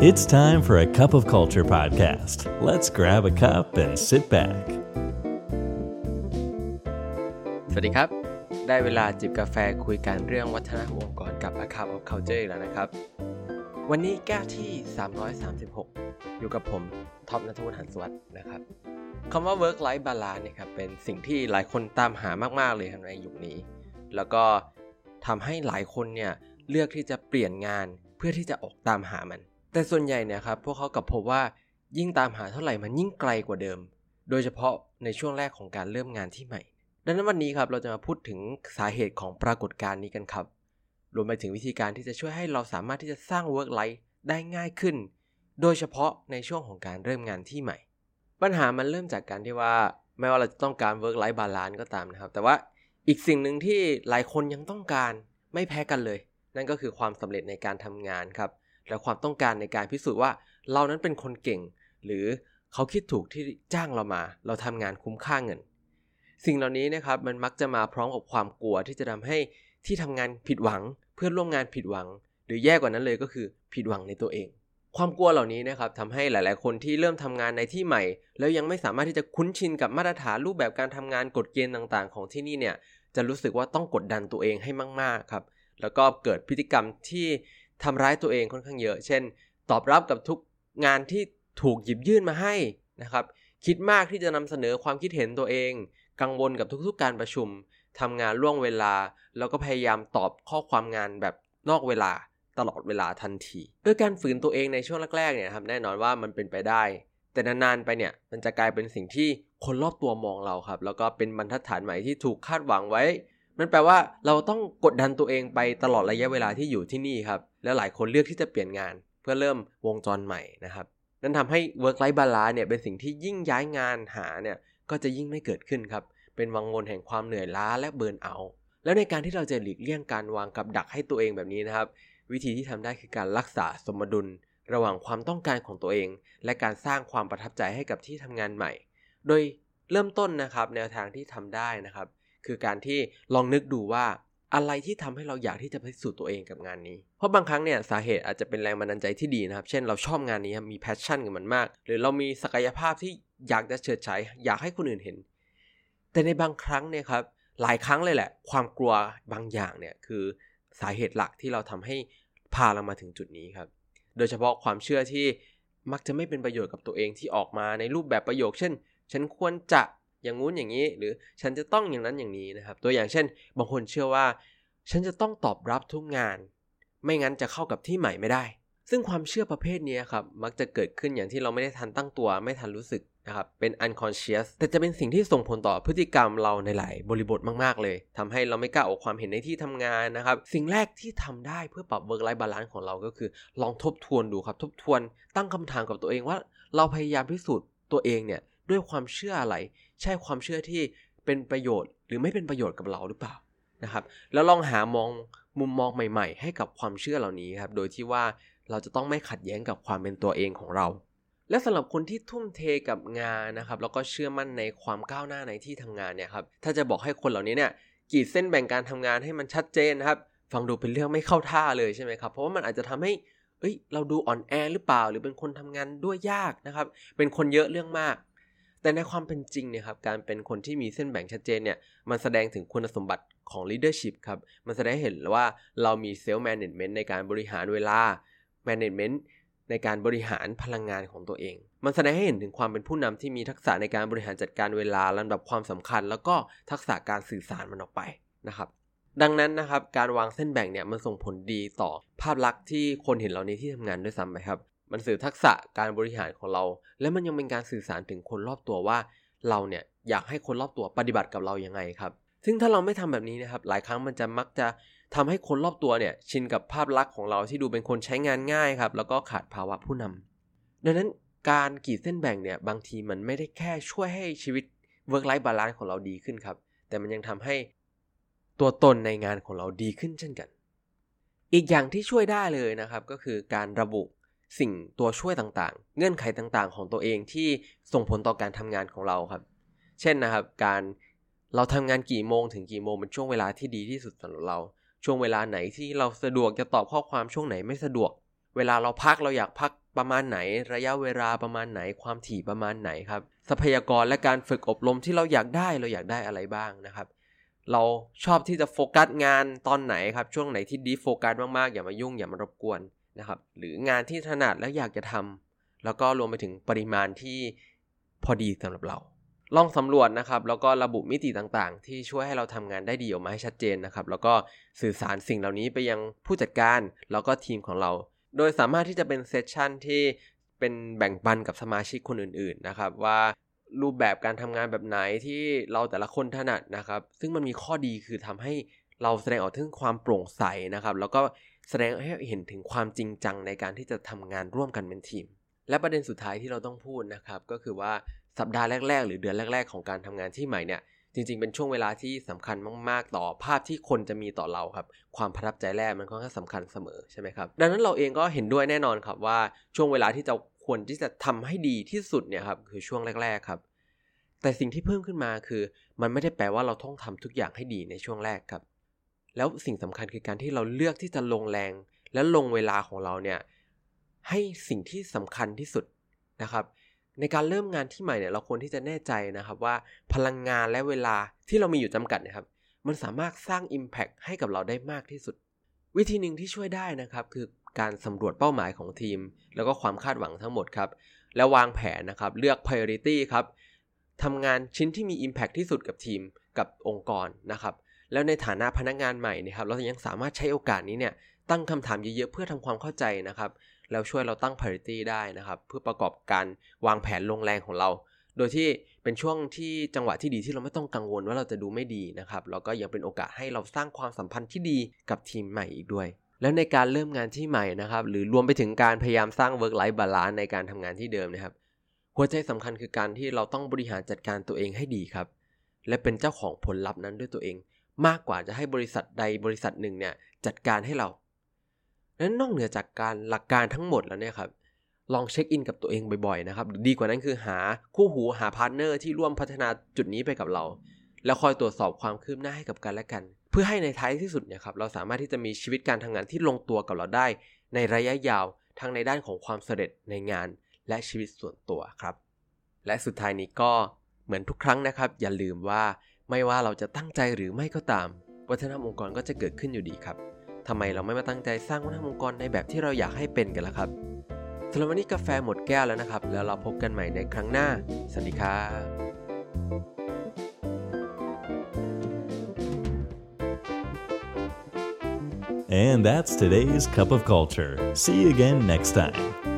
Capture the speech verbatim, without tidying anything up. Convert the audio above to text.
It's time for a cup of culture podcast. Let's grab a cup and sit back. สวัสดีครับได้เวลาจิบกาแฟคุยกันเรื่องวัฒนธรรมองค์กรกับ A Cup of Culture อีกแล้วนะครับวันนี้แก้วที่สามร้อยสามสิบหกอยู่กับผมท็อปณัฐวุฒิ หรรสวัสดิ์นะครับคำว่า work life balance เนี่ยครับเป็นสิ่งที่หลายคนตามหามากๆเลยในยุคนี้แล้วก็ทำให้หลายคนเนี่ยเลือกที่จะเปลี่ยนงานเพื่อที่จะออกตามหามันแต่ส่วนใหญ่เนี่ยครับพวกเขากลับพบว่ายิ่งตามหาเท่าไหร่มันยิ่งไกลกว่าเดิมโดยเฉพาะในช่วงแรกของการเริ่มงานที่ใหม่ดังนั้นวันนี้ครับเราจะมาพูดถึงสาเหตุของปรากฏการณ์นี้กันครับรวมไปถึงวิธีการที่จะช่วยให้เราสามารถที่จะสร้าง work life ได้ง่ายขึ้นโดยเฉพาะในช่วงของการเริ่มงานที่ใหม่ปัญหามันเริ่มจากการที่ว่าไม่ว่าเราจะต้องการ work life balance ก็ตามนะครับแต่ว่าอีกสิ่งหนึ่งที่หลายคนยังต้องการไม่แพ้กันเลยนั่นก็คือความสำเร็จในการทำงานครับและความต้องการในการพิสูจน์ว่าเรานั้นเป็นคนเก่งหรือเขาคิดถูกที่จ้างเรามาเราทำงานคุ้มค่าเงินสิ่งเหล่านี้นะครับมันมักจะมาพร้อมกับความกลัวที่จะทำให้ที่ทำงานผิดหวังเพื่อนร่วมงานผิดหวังหรือแย่กว่านั้นเลยก็คือผิดหวังในตัวเองความกลัวเหล่านี้นะครับทำให้หลายๆคนที่เริ่มทำงานในที่ใหม่แล้วยังไม่สามารถที่จะคุ้นชินกับมาตรฐานรูปแบบการทำงานกฎเกณฑ์ต่างๆของที่นี่เนี่ยจะรู้สึกว่าต้องกดดันตัวเองให้มากๆครับแล้วก็เกิดพฤติกรรมที่ทำร้ายตัวเองค่อนข้างเยอะเช่นตอบรับกับทุกงานที่ถูกหยิบยื่นมาให้นะครับคิดมากที่จะนำเสนอความคิดเห็นตัวเองกังวลกับทุกๆการประชุมทำงานล่วงเวลาแล้วก็พยายามตอบข้อความงานแบบนอกเวลาตลอดเวลาทันทีโดยการฝืนตัวเองในช่วงแรกๆเนี่ยครับแน่นอนว่ามันเป็นไปได้แต่นานๆไปเนี่ยมันจะกลายเป็นสิ่งที่คนรอบตัวมองเราครับแล้วก็เป็นบรรทัดฐานใหม่ที่ถูกคาดหวังไว้มันแปลว่าเราต้องกดดันตัวเองไปตลอดระยะเวลาที่อยู่ที่นี่ครับและหลายคนเลือกที่จะเปลี่ยนงานเพื่อเริ่มวงจรใหม่นะครับนั่นทำให้ work life balance เนี่ยเป็นสิ่งที่ยิ่งย้ายงานหาเนี่ยก็จะยิ่งไม่เกิดขึ้นครับเป็นวังวนแห่งความเหนื่อยล้าและเบิร์นเอาท์แล้วในการที่เราจะหลีกเลี่ยงการวางกับดักให้ตัวเองแบบนี้นะครับวิธีที่ทำได้คือการรักษาสมดุลระหว่างความต้องการของตัวเองและการสร้างความประทับใจให้กับที่ทำงานใหม่โดยเริ่มต้นนะครับแนวทางที่ทำได้นะครับคือการที่ลองนึกดูว่าอะไรที่ทำให้เราอยากที่จะพิสูจน์ตัวเองกับงานนี้เพราะบางครั้งเนี่ยสาเหตุอาจจะเป็นแรงบันดาลใจที่ดีนะครับเช่นเราชอบงานนี้มีแพชชั่นกับมันมากหรือเรามีศักยภาพที่อยากจะเฉิดฉายอยากให้คนอื่นเห็นแต่ในบางครั้งเนี่ยครับหลายครั้งเลยแหละความกลัวบางอย่างเนี่ยคือสาเหตุหลักที่เราทำให้พาเรามาถึงจุดนี้ครับโดยเฉพาะความเชื่อที่มักจะไม่เป็นประโยชน์กับตัวเองที่ออกมาในรูปแบบประโยคเช่นฉันควรจะอย่างงู้นอย่างนี้หรือฉันจะต้องอย่างนั้นอย่างนี้นะครับตัวอย่างเช่นบางคนเชื่อว่าฉันจะต้องตอบรับทุกงานไม่งั้นจะเข้ากับที่ใหม่ไม่ได้ซึ่งความเชื่อประเภทนี้ครับมักจะเกิดขึ้นอย่างที่เราไม่ได้ทันตั้งตัวไม่ทันรู้สึกนะครับเป็น unconscious แต่จะเป็นสิ่งที่ส่งผลต่อพฤติกรรมเราในหลายบริบทมากๆเลยทำให้เราไม่กล้าออกความเห็นในที่ทำงานนะครับสิ่งแรกที่ทำได้เพื่อปรับ work life balance ของเราก็คือลองทบทวนดูครับทบทวนตั้งคำถามกับตัวเองว่าเราพยายามพิสูจน์ตัวเองเนี่ยด้วยความเชื่ออะไรใช่ความเชื่อที่เป็นประโยชน์หรือไม่เป็นประโยชน์กับเราหรือเปล่านะครับแล้วลองหามองมุมมองใหม่ๆให้กับความเชื่อเหล่านี้ครับโดยที่ว่าเราจะต้องไม่ขัดแย้งกับความเป็นตัวเองของเราและสำหรับคนที่ทุ่มเทกับงานนะครับแล้วก็เชื่อมั่นในความก้าวหน้าในที่ทำงานเนี่ยครับถ้าจะบอกให้คนเหล่านี้เนี่ยขีดเส้นแบ่งการทำงานให้มันชัดเจนนะครับฟังดูเป็นเรื่องไม่เข้าท่าเลยใช่ไหมครับเพราะว่ามันอาจจะทำให้เอ้ยเราดูอ่อนแอหรือเปล่าหรือเป็นคนทำงานด้วยยากนะครับเป็นคนเยอะเรื่องมากแต่ในความเป็นจริงเนี่ยครับการเป็นคนที่มีเส้นแบ่งชัดเจนเนี่ยมันแสดงถึงคุณสมบัติของ leadership ครับมันแสดงให้เห็นว่าเรามี self management ในการบริหารเวลา management ในการบริหารพลังงานของตัวเองมันแสดงให้เห็นถึงความเป็นผู้นำที่มีทักษะในการบริหารจัดการเวลาลำดับความสำคัญแล้วก็ทักษะการสื่อสารมันออกไปนะครับดังนั้นนะครับการวางเส้นแบ่งเนี่ยมันส่งผลดีต่อภาพลักษณ์ที่คนเห็นเราในที่ทำงานด้วยซ้ำไปครับมันสื่อทักษะการบริหารของเราและมันยังเป็นการสื่อสารถึงคนรอบตัวว่าเราเนี่ยอยากให้คนรอบตัวปฏิบัติกับเรายังไงครับซึ่งถ้าเราไม่ทำแบบนี้นะครับหลายครั้งมันจะมักจะทำให้คนรอบตัวเนี่ยชินกับภาพลักษณ์ของเราที่ดูเป็นคนใช้งานง่ายครับแล้วก็ขาดภาวะผู้นำดังนั้นการขีดเส้นแบ่งเนี่ยบางทีมันไม่ได้แค่ช่วยให้ชีวิต work life balance ของเราดีขึ้นครับแต่มันยังทำให้ตัวตนในงานของเราดีขึ้นเช่นกันอีกอย่างที่ช่วยได้เลยนะครับก็คือการระบุสิ่งตัวช่วยต่างๆเงื่อนไขต่างๆของตัวเองที่ส่งผลต่อการทำงานของเราครับเช่นนะครับการเราทำงานกี่โมงถึงกี่โมงเป็นช่วงเวลาที่ดีที่สุดสำหรับเราช่วงเวลาไหนที่เราสะดวกจะตอบข้อความช่วงไหนไม่สะดวกเวลาเราพักเราอยากพักประมาณไหนระยะเวลาประมาณไหนความถี่ประมาณไหนครับทรัพยากรและการฝึกอบรมที่เราอยากได้เราอยากได้อะไรบ้างนะครับเราชอบที่จะโฟกัสงานตอนไหนครับช่วงไหนที่ดีโฟกัสมากๆอย่ามายุ่งอย่ามารบกวนนะครับหรืองานที่ถนัดแล้วอยากจะทำแล้วก็รวมไปถึงปริมาณที่พอดีสำหรับเราลองสำรวจนะครับแล้วก็ระบุมิติต่างๆที่ช่วยให้เราทำงานได้ดีออกมาให้ชัดเจนนะครับแล้วก็สื่อสารสิ่งเหล่านี้ไปยังผู้จัดการแล้วก็ทีมของเราโดยสามารถที่จะเป็นเซสชั่นที่เป็นแบ่งปันกับสมาชิกคนอื่นๆนะครับว่ารูปแบบการทำงานแบบไหนที่เราแต่ละคนถนัดนะครับซึ่งมันมีข้อดีคือทำให้เราแสดงออกถึงความโปร่งใสนะครับแล้วก็แสดงให้เห็นถึงความจริงจังในการที่จะทำงานร่วมกันเป็นทีมและประเด็นสุดท้ายที่เราต้องพูดนะครับก็คือว่าสัปดาห์แรกๆหรือเดือนแรกๆของการทำงานที่ใหม่เนี่ยจริงๆเป็นช่วงเวลาที่สำคัญมากๆต่อภาพที่คนจะมีต่อเราครับความประทับใจแรกมันค่อนข้างสำคัญเสมอใช่ไหมครับดังนั้นเราเองก็เห็นด้วยแน่นอนครับว่าช่วงเวลาที่จะควรที่จะทำให้ดีที่สุดเนี่ยครับคือช่วงแรกๆครับแต่สิ่งที่เพิ่มขึ้นมาคือมันไม่ได้แปลว่าเราต้องทำทุกอย่างให้ดีในช่วงแรกครับแล้วสิ่งสำคัญคือการที่เราเลือกที่จะลงแรงและลงเวลาของเราเนี่ยให้สิ่งที่สำคัญที่สุดนะครับในการเริ่มงานที่ใหม่เนี่ยเราควรที่จะแน่ใจนะครับว่าพลังงานและเวลาที่เรามีอยู่จำกัดนะครับมันสามารถสร้าง impact ให้กับเราได้มากที่สุดวิธีหนึ่งที่ช่วยได้นะครับคือการสำรวจเป้าหมายของทีมแล้วก็ความคาดหวังทั้งหมดครับแล้ววางแผนนะครับเลือก priority ครับทำงานชิ้นที่มี impact ที่สุดกับทีมกับองค์กรนะครับแล้วในฐานะพนักงานใหม่นะครับเรายังสามารถใช้โอกาสนี้เนี่ยตั้งคำถามเยอะๆเพื่อทำความเข้าใจนะครับแล้วช่วยเราตั้ง priority ได้นะครับเพื่อประกอบการวางแผนลงแรงของเราโดยที่เป็นช่วงที่จังหวะที่ดีที่เราไม่ต้องกังวลว่าเราจะดูไม่ดีนะครับแล้วก็ยังเป็นโอกาสให้เราสร้างความสัมพันธ์ที่ดีกับทีมใหม่อีกด้วยแล้วในการเริ่มงานที่ใหม่นะครับหรือรวมไปถึงการพยายามสร้าง work life balance ในการทำงานที่เดิมนะครับหัวใจสำคัญคือการที่เราต้องบริหารจัดการตัวเองให้ดีครับและเป็นเจ้าของผลลัพธ์นั้นด้วยตัวเองมากกว่าจะให้บริษัทใดบริษัทหนึ่งเนี่ยจัดการให้เรานั้นนอกเหนือจากการหลักการทั้งหมดแล้วเนี่ยครับลองเช็คอินกับตัวเองบ่อยๆนะครับดีกว่านั้นคือหาคู่หูหาพาร์ทเนอร์ที่ร่วมพัฒนาจุดนี้ไปกับเราแล้วคอยตรวจสอบความคืบหน้าให้กับกันและกันเพื่อให้ในท้ายที่สุดเนี่ยครับเราสามารถที่จะมีชีวิตการทำงานที่ลงตัวกับเราได้ในระยะยาวทั้งในด้านของความสำเร็จในงานและชีวิตส่วนตัวครับและสุดท้ายนี้ก็เหมือนทุกครั้งนะครับอย่าลืมว่าไม่ว่าเราจะตั้งใจหรือไม่ก็ตามวัฒนธรรมองค์กรก็จะเกิดขึ้นอยู่ดีครับทำไมเราไม่มาตั้งใจสร้างวัฒนธรรมองค์กรในแบบที่เราอยากให้เป็นกันล่ะครับสำหรับวันนี้กาแฟหมดแก้วแล้วนะครับแล้วเราพบกันใหม่ในครั้งหน้าสวัสดีครับ And that's today's Cup of Culture. See you again next time.